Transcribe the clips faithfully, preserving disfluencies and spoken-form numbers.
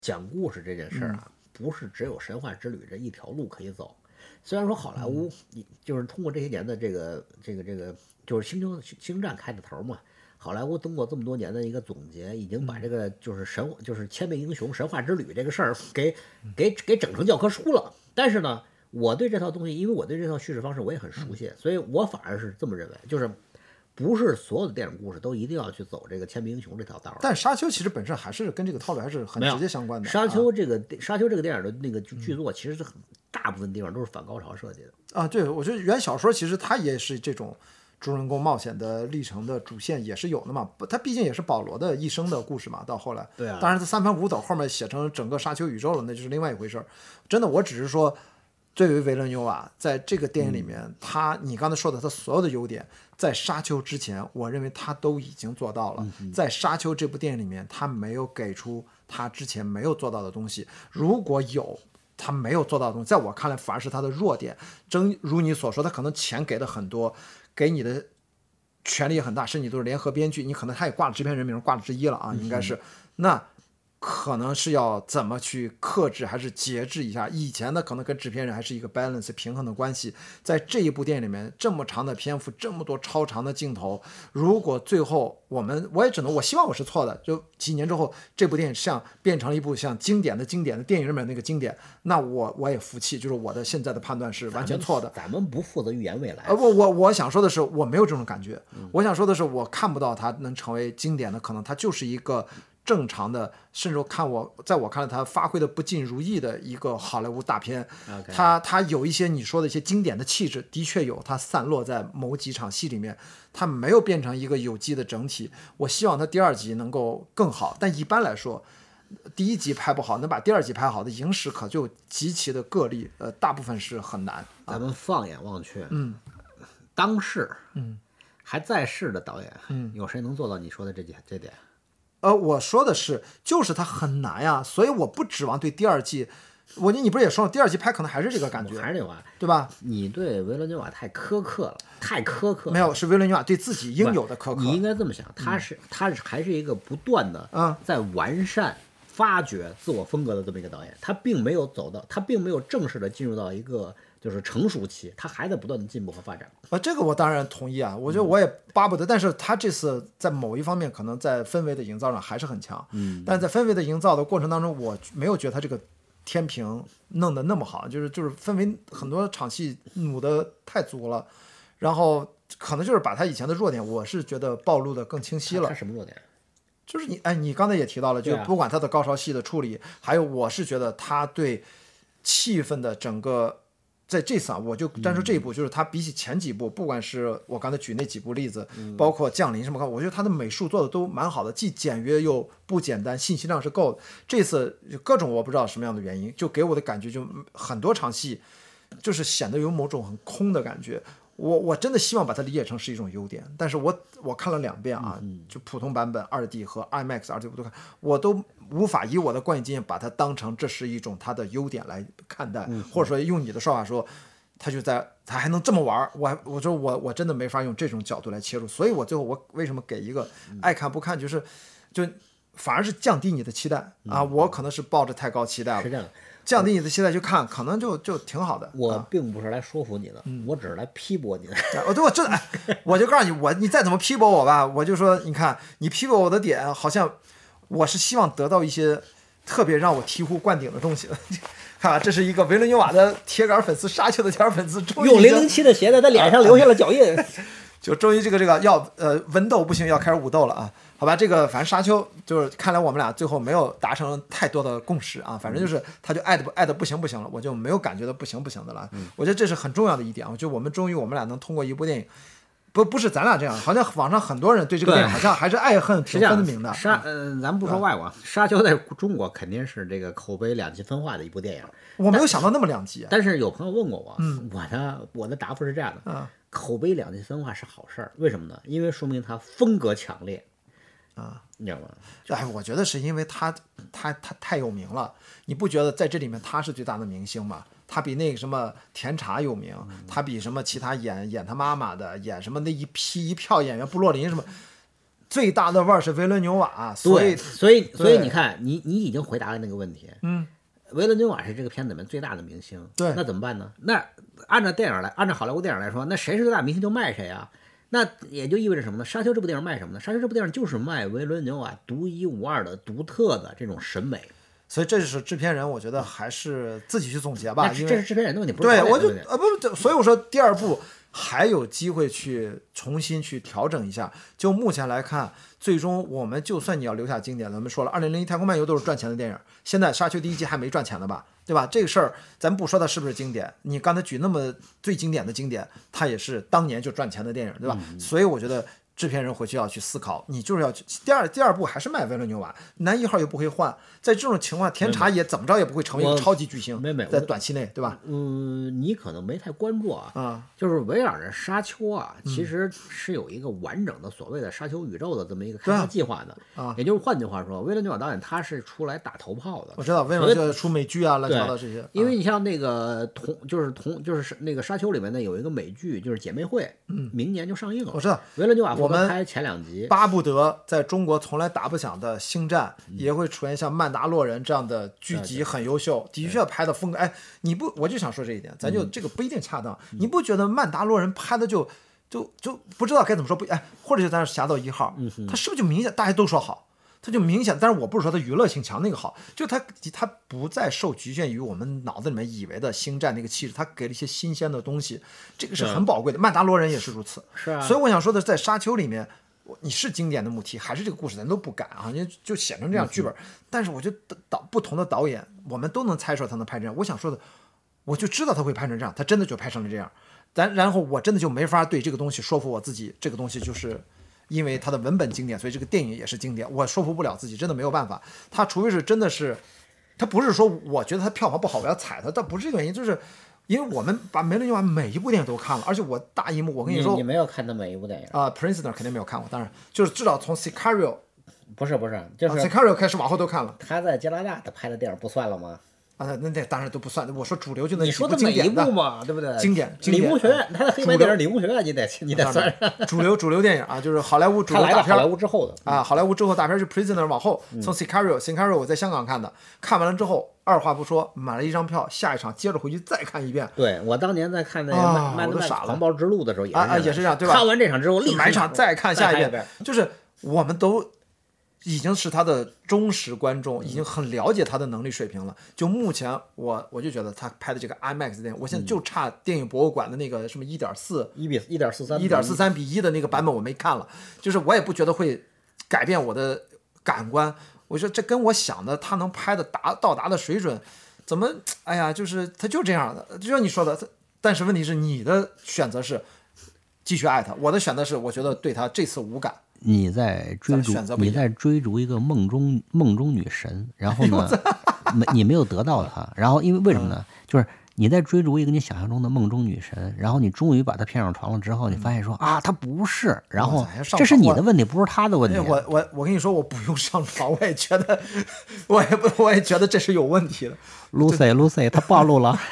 讲故事这件事儿啊，不是只有神话之旅这一条路可以走。虽然说好莱坞就是通过这些年的这个这个这个，就是星球星战开的头嘛，好莱坞通过这么多年的一个总结，已经把这个就是神就是千面英雄神话之旅这个事儿给给给整成教科书了。但是呢，我对这套东西，因为我对这套叙事方式我也很熟悉，所以我反而是这么认为，就是不是所有的电影故事都一定要去走这个千面英雄这条道。 但沙丘其实本身还是跟这个套路还是很直接相关的。 沙丘这个、啊、沙丘这个电影的那个剧作，其实是很大部分地方都是反高潮设计的啊。对，我觉得原小说其实它也是这种主人公冒险的历程的主线也是有的嘛，它毕竟也是保罗的一生的故事嘛。到后来， 对啊， 当然它三番五斗后面写成整个沙丘宇宙了，那就是另外一回事。真的，我只是说，对于维伦纽瓦在这个电影里面，嗯、他你刚才说的他所有的优点，在沙丘之前，我认为他都已经做到了。 嗯、 在沙丘这部电影里面，他没有给出他之前没有做到的东西。如果有他没有做到的东西，在我看来反而是他的弱点。正如你所说，他可能钱给的很多，给你的权力也很大，甚至都是联合编剧，你可能他也挂了制片人名，挂了之一了啊，应该是。那可能是要怎么去克制还是节制一下，以前的可能跟制片人还是一个 balance 平衡的关系。在这一部电影里面，这么长的篇幅，这么多超长的镜头，如果最后我们我也只能我希望我是错的，就几年之后这部电影像变成了一部像经典的经典的电影里面那个经典，那我我也服气，就是我的现在的判断是完全错的。 咱们不负责预言未来。 呃，我我我想说的是，我没有这种感觉。嗯、我想说的是，我看不到它能成为经典的，可能它就是一个正常的，甚至看我在我看来他发挥的不尽如意的一个好莱坞大片。 Okay. 他他有一些你说的一些经典的气质，的确有，他散落在某几场戏里面，他没有变成一个有机的整体。我希望他第二集能够更好，但一般来说，第一集拍不好，能把第二集拍好的影史可就极其的个例，呃，大部分是很难。 咱们放眼望去， 嗯， 当世， 嗯， 还在世的导演， 嗯， 有谁能做到你说的这这点？ 呃，我说的是，就是它很难呀，所以我不指望对第二季。我你不是也说了，第二季拍可能还是这个感觉， 还是这话， 对吧？ 你对维伦纽瓦太苛刻了，太苛刻了。 没有，是维伦纽瓦对自己应有的苛刻。 你应该这么想，他是、嗯、他是还是一个不断的嗯在完善、发掘自我风格的这么一个导演，他并没有走到，他并没有正式的进入到一个就是成熟期，他还在不断的进步和发展。 啊，这个我当然同意啊，我觉得我也巴不得，嗯、但是他这次在某一方面可能在氛围的营造上还是很强， 嗯， 但是在氛围的营造的过程当中，我没有觉得他这个天平弄得那么好，就是就是氛围很多场戏努得太足了，然后可能就是把他以前的弱点，我是觉得暴露的更清晰了。 他什么弱点？ 就是你哎，你刚才也提到了，就不管他的高潮戏的处理，啊、还有我是觉得他对气氛的整个。在这次啊，我就单说这一部，就是他比起前几部，不管是我刚才举那几部例子，包括降临什么，我觉得他的美术做的都蛮好的，既简约又不简单，信息量是够的。这次各种我不知道什么样的原因，就给我的感觉就很多场戏，就是显得有某种很空的感觉。我我真的希望把它理解成是一种优点，但是我我看了两遍啊，就普通版本二 D 和 IMAX 二 D 我都看，我都无法以我的观影经验把它当成这是一种它的优点来看待， 嗯、 或者说用你的说法说，他就在他还能这么玩，我我说我我真的没法用这种角度来切入，所以我最后我为什么给一个爱看不看，就是就反而是降低你的期待啊， 嗯、 我可能是抱着太高期待了。 是这样。 降低你的期待去看，可能就就挺好的。 我并不是来说服你的， 嗯、 我只是来批驳你的。 我对我真的，我就告诉你，我你再怎么批驳我吧，我就说，你看你批驳我的点，好像我是希望得到一些特别让我醍醐灌顶的东西的。看、啊，这是一个维伦纽瓦的铁杆粉丝，沙丘的铁杆粉丝， 用零零七的鞋在他脸上留下了脚印， 就终于这个这个要呃文斗不行，要开始武斗了啊。好吧，这个反正沙丘就是看来我们俩最后没有达成太多的共识啊，反正就是他就爱的不爱的不行不行了，我就没有感觉到不行不行的了。 嗯、 我觉得这是很重要的一点，我觉得我们终于我们俩能通过一部电影，不不是咱俩这样，好像网上很多人对这个电影好像还是爱恨挺分明的。 沙呃，咱不说外国，沙丘在中国肯定是这个口碑两极分化的一部电影。 我没有想到那么两极、啊。 但是有朋友问过我， 嗯、 我的我的答复是这样的， 嗯、 口碑两极分化是好事儿，为什么呢？因为说明它风格强烈。 啊， 你知道吗？ 哎，我觉得是因为他他他太有名了，你不觉得在这里面他是最大的明星吗？他比那个什么甜茶有名，他比什么其他演演他妈妈的，演什么那一批一票演员，布洛林什么， 最大的腕儿是维伦纽瓦，所以所以所以你看，你你已经回答了那个问题。 嗯， 维伦纽瓦是这个片子里面最大的明星， 对， 那怎么办呢？那按照电影来，按照好莱坞电影来说，那谁是最大明星就卖谁啊。那也就意味着什么呢？沙丘这部电影卖什么呢？沙丘这部电影就是卖维伦纽瓦独一无二的、独特的这种审美。 所以这就是制片人，我觉得还是自己去总结吧。因为这是制片人的问题，不是对，我就呃不，所以我说第二部还有机会去重新去调整一下。就目前来看，最终我们就算你要留下经典，咱们说了，二零零一太空漫游都是赚钱的电影，现在沙丘第一季还没赚钱的吧？对吧？这个事儿咱不说它是不是经典，你刚才举那么最经典的经典，它也是当年就赚钱的电影，对吧？ 嗯、 所以我觉得制片人回去要去思考，你就是要去第二第二部还是卖维伦纽瓦，男一号又不会换，在这种情况，甜茶也怎么着也不会成为一个超级巨星， 没没在短期内，对吧？ 嗯，你可能没太关注啊， 啊， 就是围绕着沙丘啊，其实是有一个完整的所谓的沙丘宇宙的这么一个开发计划的啊， 也就是换句话说，维伦纽瓦导演他是出来打头炮的。 我知道为什么就出美剧啊，乱七八糟这些， 因为你像那个同就是同就是那个沙丘里面呢有一个美剧就是姐妹会， 嗯， 明年就上映了。 我知道维伦纽瓦负责拍前两集。 巴不得在中国从来打不响的星战、 嗯、 也会出现像曼达洛人这样的剧集，很优秀，的确拍的风格。哎，你不，我就想说这一点，咱就、嗯、这个不一定恰当。你不觉得曼达洛人拍的就就就不知道该怎么说不？哎，或者就咱侠盗一号， 嗯、 他是不是就明显大家都说好？他就明显，但是我不是说他娱乐性强那个好，就他他不再受局限于我们脑子里面以为的星战那个气质，他给了一些新鲜的东西，这个是很宝贵的。曼达洛人也是如此， 是啊。 所以我想说的，在沙丘里面。你是经典的母题，还是这个故事，咱都不敢啊！就就写成这样剧本，嗯、但是我觉得导不同的导演，我们都能猜出他能拍这样。我想说的，我就知道他会拍成这样，他真的就拍成了这样。咱然后我真的就没法对这个东西说服我自己，这个东西就是因为它的文本经典，所以这个电影也是经典。我说服不了自己，真的没有办法。他除非是真的是，他不是说我觉得他票房不好，我要踩他，但不是这个原因，就是。因为我们把梅伦纽瓦每一部电影都看了，而且我大荧幕，我跟你说， 你没有看他每一部电影啊、呃、，Prisoner 肯定没有看过，当然就是至少从 Sicario， 不是不是，就是、 啊、Sicario 开始往后都看了。 他在加拿大他拍的电影不算了吗？ 啊，那那当然都不算。我说主流就那你说的每一部嘛，对不对？ 经典，经典。 理工学院，他的黑白电影《理工学院》，你得你得算上。 主流主流电影啊，就是好莱坞主流大片。 好莱坞之后的啊，好莱坞之后大片是 Prisoner 往后，从 Sicario，Sicario 我在香港看的，看完了之后二话不说买了一张票，下一场接着回去再看一遍。 对我当年在看那个《 曼曼狂暴之路》的时候也啊啊也是这样，对吧？ 看完这场之后立刻买场再看下一遍，就是我们都。已经是他的忠实观众，已经很了解他的能力水平了。就目前我我就觉得他拍的这个 IMAX 电影，我现在就差电影博物馆的那个什么一点四一比一点四三一点四三比一的那个版本我没看了，就是我也不觉得会改变我的感官。我说这跟我想的他能拍的达到达的水准，怎么哎呀，就是他就这样的，就像你说的。但是问题是你的选择是继续爱他，我的选择是我觉得对他这次无感。 你在追逐，你在追逐一个梦中梦中女神，然后呢，没你没有得到她，然后因为为什么呢？嗯、就是你在追逐一个你想象中的梦中女神，然后你终于把她骗上床了之后，你发现说啊，她不是，然后这是你的问题，不是她的问题、啊。 我我我跟你说，我不用上床，我也觉得，我也不，我也觉得这是有问题的。 Lucy Lucy， 她暴露了。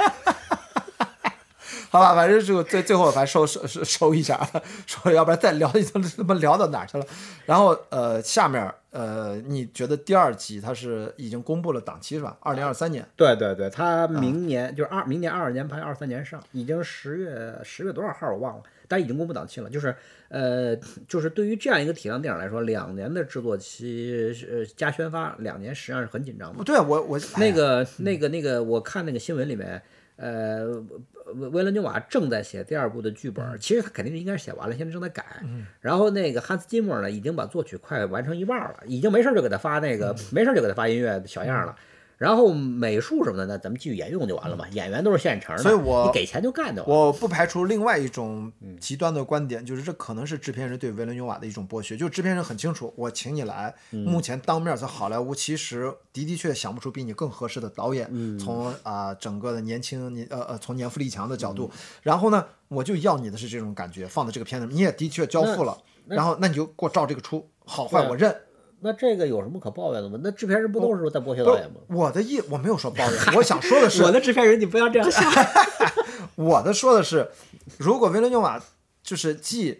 好吧，反正就最最后反正收收收收一下，说要不然再聊一层，他妈聊到哪儿去了？然后呃，下面呃，你觉得第二集它是已经公布了档期是吧？二零二三年。 对对对，他明年、嗯、就是二明年二二年拍，二三年上，已经十月十月多少号我忘了，但已经公布档期了。就是呃，就是对于这样一个体量电影来说，两年的制作期呃加宣发，两年实际上是很紧张的。 对啊，我我那个、哎、那个那个，我看那个新闻里面。呃，维伦纽瓦正在写第二部的剧本，其实他肯定应该是写完了，现在正在改。 嗯、 然后那个汉斯季默呢，已经把作曲快完成一半了，已经没事就给他发那个，嗯、没事就给他发音乐小样了。然后美术什么的呢，咱们继续沿用就完了嘛，演员都是现成的， 所以我你给钱就干就完了。 我不排除另外一种极端的观点，就是这可能是制片人对维伦纽瓦的一种剥削，就是制片人很清楚，我请你来， 嗯、 目前当面在好莱坞其实的的确想不出比你更合适的导演， 嗯、 从啊、呃、整个的年轻你呃呃从年富力强的角度，嗯、然后呢，我就要你的是这种感觉，放在这个片子，你也的确交付了，然后那你就给我照这个出，好坏我认。 那这个有什么可抱怨的吗？那制片人不都是在剥削导演吗？ 我的意我没有说抱怨，我想说的是， 我的制片人你不要这样想。 我的说的是，如果维伦纽瓦就是既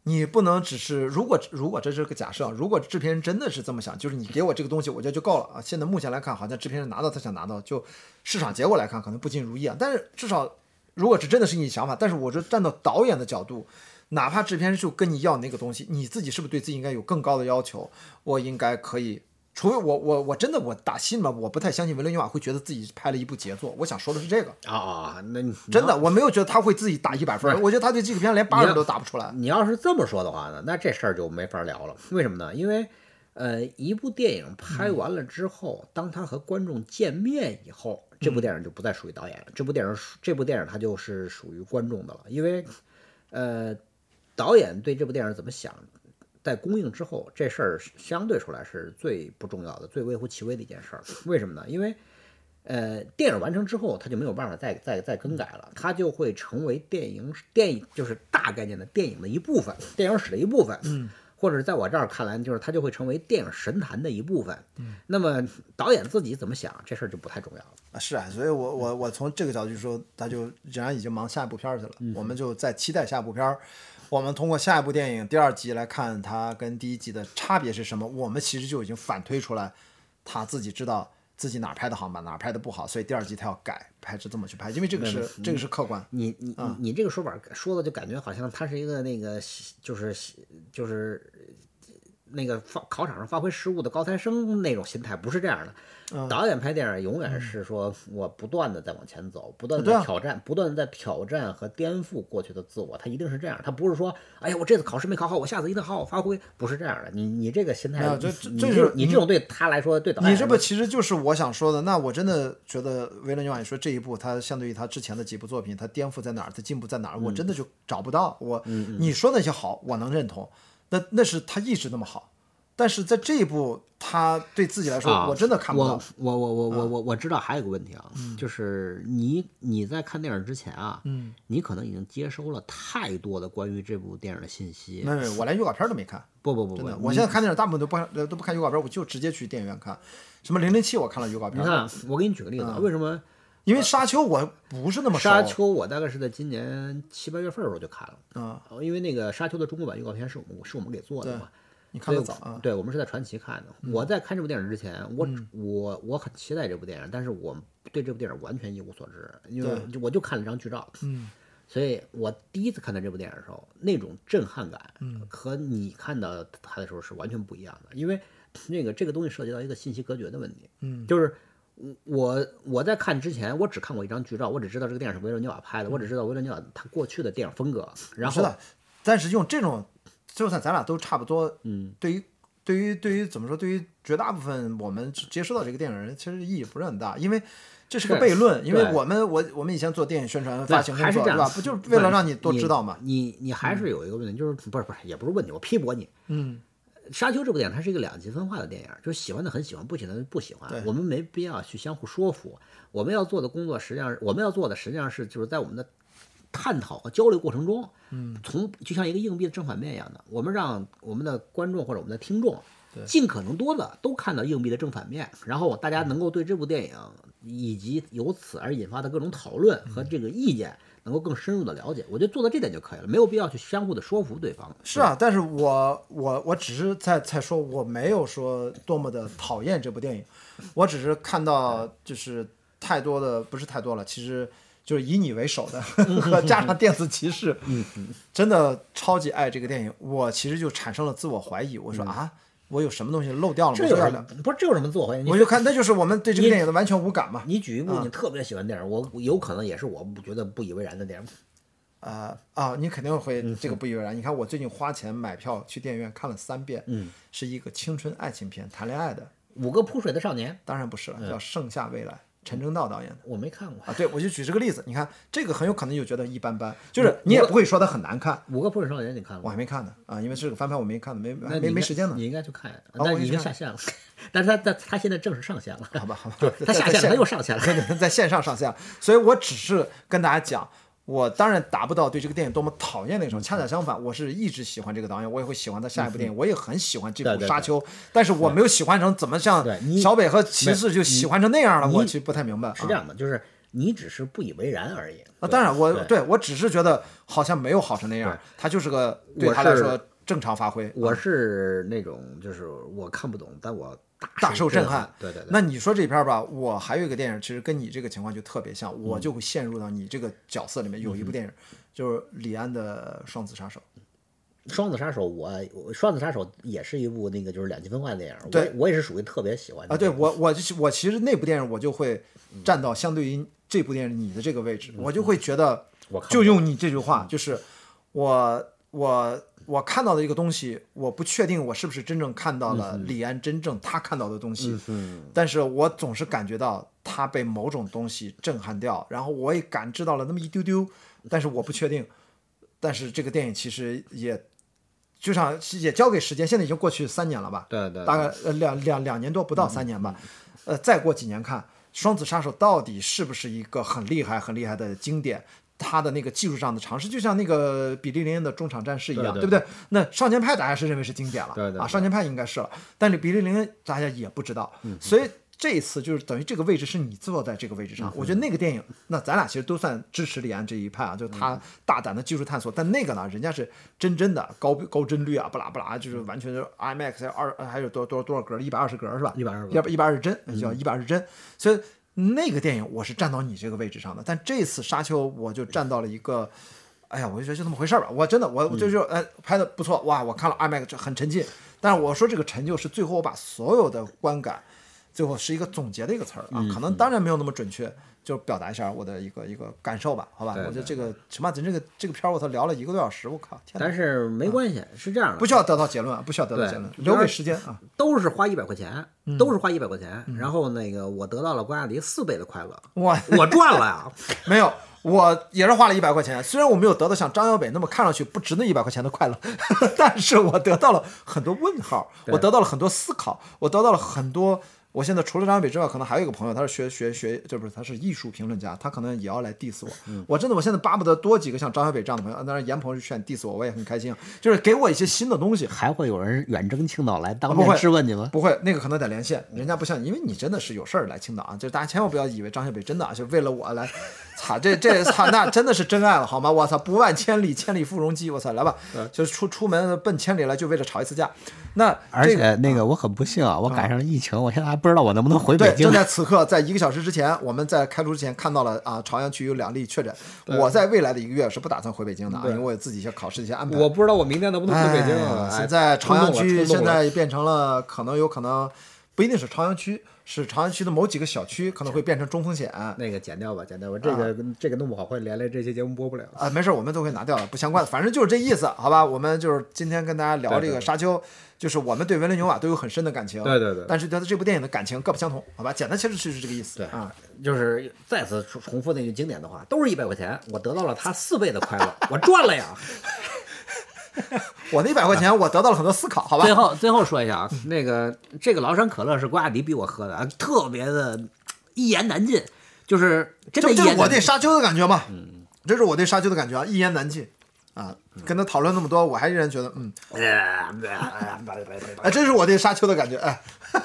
你不能只是如果如果这是个假设，如果制片人真的是这么想，就是你给我这个东西，我觉得就够了啊。现在目前来看，好像制片人拿到他想拿到，就市场结果来看可能不尽如意啊。但是至少如果是真的是你想法，但是我就站到导演的角度，哪怕制片人就跟你要那个东西，你自己是不是对自己应该有更高的要求？我应该可以。除非我我我真的我打心嘛，我不太相信维伦纽瓦会觉得自己拍了一部杰作。我想说的是这个啊啊，那你真的我没有觉得他会自己打一百分，我觉得他对纪录片连八十都打不出来。 你要是这么说的话呢，那这事儿就没法聊了。为什么呢？因为呃，一部电影拍完了之后，嗯、当他和观众见面以后，这部电影就不再属于导演了。嗯、这部电影这部电影它就是属于观众的了，因为呃，导演对这部电影怎么想？在公映之后，这事儿相对出来是最不重要的、最微乎其微的一件事儿。为什么呢？因为，呃，电影完成之后，它就没有办法再再再更改了，它就会成为电影电影就是大概念的电影的一部分，电影史的一部分。嗯，或者在我这儿看来，就是它就会成为电影神坛的一部分。嗯，那么导演自己怎么想，这事儿就不太重要了。 啊，是啊，所以我我我从这个角度说，他就仍然已经忙下一部片去了，嗯、我们就在期待下一部片。我们通过下一部电影第二集来看它跟第一集的差别是什么，我们其实就已经反推出来，他自己知道自己哪拍的好嘛，哪拍的不好，所以第二集他要改，还是这么去拍，因为这个是、嗯、这个是客观。 你你、嗯、你这个说法说的就感觉好像他是一个那个就是就是那个考场上发挥失误的高材生那种心态，不是这样的。嗯、导演拍电影永远是说我不断的在往前走，不断的在挑战，啊、不断的在挑战和颠覆过去的自我，他一定是这样。他不是说，哎呀，我这次考试没考好，我下次一定好好发挥，不是这样的。你你这个心态， 这这是你这种对他来说，对导演， 你这不其实就是我想说的。那我真的觉得维伦纽瓦说这一部，他相对于他之前的几部作品，他颠覆在哪儿，他进步在哪儿，嗯、我真的就找不到。我、 嗯、 你说那些好，我能认同，那那是他一直那么好。但是在这一步，他对自己来说， 啊、 我真的看不到。 我我我我我我知道还有个问题啊，嗯、就是你你在看电影之前啊， 嗯， 你可能已经接收了太多的关于这部电影的信息。 没没，我连预告片都没看。 不不不不， 我现在看电影大部分都不看都不看预告片，我就直接去电影院看。什么零零七我看了预告片。 你看，我给你举个例子，嗯、为什么？ 因为沙丘我不是那么熟。 沙丘我大概是在今年七八月份的时候就看了。 啊、 嗯，因为那个沙丘的中国版预告片是我们是我们给做的嘛。 你看得早啊？ 对，我们是在传奇看的。 嗯、 我在看这部电影之前，我、嗯、我我很期待这部电影，但是我对这部电影完全一无所知，因为我就看了张剧照。 嗯， 所以我第一次看到这部电影的时候，那种震撼感， 嗯， 和你看到它的时候是完全不一样的。因为那个这个东西涉及到一个信息隔绝的问题。 嗯， 就是我我在看之前，我只看过一张剧照，我只知道这个电影是维伦纽瓦拍的，嗯、我只知道维伦纽瓦他过去的电影风格。然后， 但是用这种。就算咱俩都差不多， 嗯， 对于对于对于怎么说，对于绝大部分我们接触到这个电影人，其实意义不是很大，因为这是个悖论。因为我们我我们以前做电影宣传发行工作，对吧？不就是为了让你多知道嘛？ 你你还是有一个问题，就是不是不是也不是问题，我批驳你。 嗯， 沙丘这部电影它是一个两极分化的电影，就是喜欢的很喜欢，不喜欢的不喜欢。我们没必要去相互说服。我们要做的工作实际上，我们要做的实际上是就是在我们的探讨和交流过程中， 嗯， 从就像一个硬币的正反面一样的，我们让我们的观众或者我们的听众，尽可能多的都看到硬币的正反面，然后大家能够对这部电影以及由此而引发的各种讨论和这个意见能够更深入的了解。我觉得做到这点就可以了，没有必要去相互的说服对方。 是啊，但是我我我只是在在说，我没有说多么的讨厌这部电影，我只是看到就是太多的不是太多了，其实。就是以你为首的和加上电子骑士，真的超级爱这个电影。我其实就产生了自我怀疑，我说啊，我有什么东西漏掉了吗？ 这有什么？不是这有什么自我怀疑？ 我就看，那就是我们对这个电影的完全无感嘛。 你举一部你特别喜欢的电影，我有可能也是我不觉得不以为然的电影。 啊啊，你肯定会这个不以为然。你看我最近花钱买票去电影院看了三遍， 嗯， 是一个青春爱情片，谈恋爱的， 五个扑水的少年。 当然不是了，叫《盛夏未来》。陈正道导演的， 我没看过啊。对，我就举这个例子，你看这个很有可能就觉得一般般，就是你也不会说它很难看。 五个扑水少年你看了？ 我还没看呢啊，因为这个翻拍我没看呢，没没没时间呢。 你应该去看，但已经下线了。但是他他他现在正式上线了。 好吧好吧， 他下线了，他又上线了， 在线上上线。所以我只是跟大家讲。我当然达不到对这个电影多么讨厌那种，恰恰相反，我是一直喜欢这个导演，我也会喜欢他下一部电影，我也很喜欢这部《沙丘》，但是我没有喜欢成怎么像小北和骑士就喜欢成那样了，我其实不太明白。 是这样的，就是你只是不以为然而已。 啊，当然我对对我只是觉得好像没有好成那样，他就是个对他来说正常发挥。 我是那种就是我看不懂，但我大大受震撼。 对对对。 那你说这片吧，我还有一个电影，其实跟你这个情况就特别像，我就会陷入到你这个角色里面。有一部电影就是李安的《双子杀手》。 双子杀手我，我双子杀手也是一部那个就是两极分化的电影， 对我我也是属于特别喜欢的啊。对我我我其实那部电影我就会站到相对于这部电影你的这个位置， 嗯、 我就会觉得， 我就用你这句话，就是我我我看到的一个东西，我不确定我是不是真正看到了李安真正他看到的东西， 嗯、 但是我总是感觉到他被某种东西震撼掉，然后我也感知到了那么一丢丢，但是我不确定。但是这个电影其实也。就像也交给时间，现在已经过去三年了吧？ 对 对, 对， 大概呃两两两年多不到三年吧。嗯、呃，再过几年看《双子杀手》到底是不是一个很厉害很厉害的经典？他的那个技术上的尝试，就像那个比利林恩的中场战事一样， 对对, 对不对？那少年派大家是认为是经典了， 对 对, 对啊，少年派应该是了，但是比利林恩大家也不知道， 嗯、 所以。这一次就是等于这个位置是你坐在这个位置上， 嗯、 我觉得那个电影，那咱俩其实都算支持李安这一派啊，就是他大胆的技术探索。嗯、但那个呢，人家是真真的高高帧率啊，不拉不拉，就是完全就是 IMAX 二还有多多多少格，一百二十格是吧？ 一百二十格， 一百二十帧，叫一百二十帧。所以那个电影我是站到你这个位置上的，但这次沙丘我就站到了一个，哎呀，我就觉得就这么回事吧。我真的我我就就哎拍的不错哇，我看了 IMAX 很沉浸，但是我说这个成就是最后我把所有的观感。最后是一个总结的一个词儿啊，可能当然没有那么准确，就表达一下我的一个一个感受吧，好吧？ 对对对， 我觉得这个起码咱这个这个片儿，我操聊了一个多小时，我靠！天哪， 但是没关系，啊、是这样的， 不需要得到结论，不需要得到结论，留给时间啊。 都是花一百块钱，都是花一百块钱， 嗯、 然后那个我得到了关雅迪四倍的快乐， 我我赚了呀！ 没有，我也是花了一百块钱，虽然我没有得到像张小北那么看上去不值那一百块钱的快乐，但是我得到了很多问号，我得到了很多思考，我得到了很多。我现在除了张小北之外，可能还有一个朋友，他是学学学，这不是他是艺术评论家，他可能也要来 diss 我。嗯、我真的，我现在巴不得多几个像张小北这样的朋友。当然，严鹏是劝 diss 我，我也很开心，就是给我一些新的东西。 还会有人远征青岛来当面质问你吗？ 不会，那个可能得连线，人家不像你，因为你真的是有事儿来青岛啊。就是大家千万不要以为张小北真的就为了我来，操这这操那真的是真爱了好吗？我操，不万千里，千里赴戎机，我操来吧，就是出出门奔千里来，就为了吵一次架。那、这个、 而且那个我很不幸啊，我赶上了疫情，嗯、我现在还不知道我能不能回北京。 对，正在此刻，在一个小时之前，我们在开录之前看到了啊，朝阳区有两例确诊。我在未来的一个月是不打算回北京的啊，因为我自己一些考试的一些安排。 我不知道我明天能不能回北京啊。 现在朝阳区现在变成了，可能有可能不一定是朝阳区。是朝阳区的某几个小区可能会变成中风险， 那个剪掉吧，剪掉吧，这个、啊、这个弄不好会连累这期节目播不了啊。没事，我们都会拿掉了，不相关的，反正就是这意思，好吧？我们就是今天跟大家聊这个沙丘，就是我们对维伦纽瓦都有很深的感情， 对对对， 但是对这部电影的感情各不相同，好吧？简单其实就是这个意思， 对啊， 就是再次重复那句经典的话，都是一百块钱，我得到了他四倍的快乐，我赚了呀。 我那一百块钱，我得到了很多思考，好吧？ 最后最后说一下啊，那个这个崂山可乐是瓜亚迪逼我喝的啊，特别的一言难尽，就是真的一言难尽。 这是我对沙丘的感觉嘛，嗯，这是我对沙丘的感觉啊，一言难尽啊。跟他讨论那么多，我还依然觉得，嗯，哎，这是我对沙丘的感觉，哎，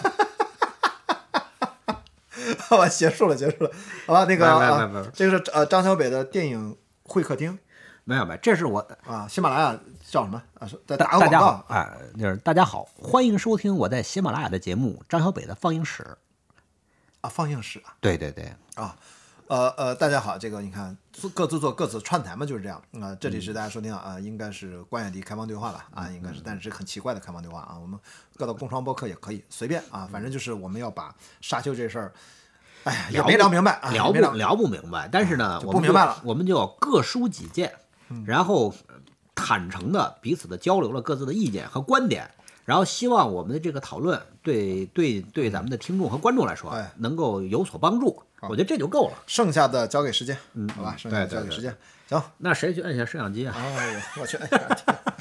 好吧，结束了，结束了，好吧，那个啊，这个是呃张小北的电影会客厅。 没有没有，这是我啊，喜马拉雅叫什么啊？在打个广告啊、哎，就是大家好，欢迎收听我在喜马拉雅的节目《张小北的放映室》 啊，放映室啊， 对对对啊，呃呃，大家好，这个你看各自做各自串台嘛，就是这样啊、呃。这里是大家收听啊、呃，应该是关雅迪开放对话吧啊，应该是，但是很奇怪的开放对话啊，我们各到共创播客也可以随便啊，反正就是我们要把沙丘这事儿。哎呀，也没聊明白，啊、 聊不聊不明白，但是呢， 就不明白了， 我们就要各抒己见。然后坦诚的彼此的交流了各自的意见和观点，然后希望我们的这个讨论对对对咱们的听众和观众来说、 哎、 能够有所帮助，我觉得这就够了。 剩下的交给时间， 嗯， 好吧，剩下的交给时间。行， 那谁去摁下摄像机啊？ 哎呀，我去摁下。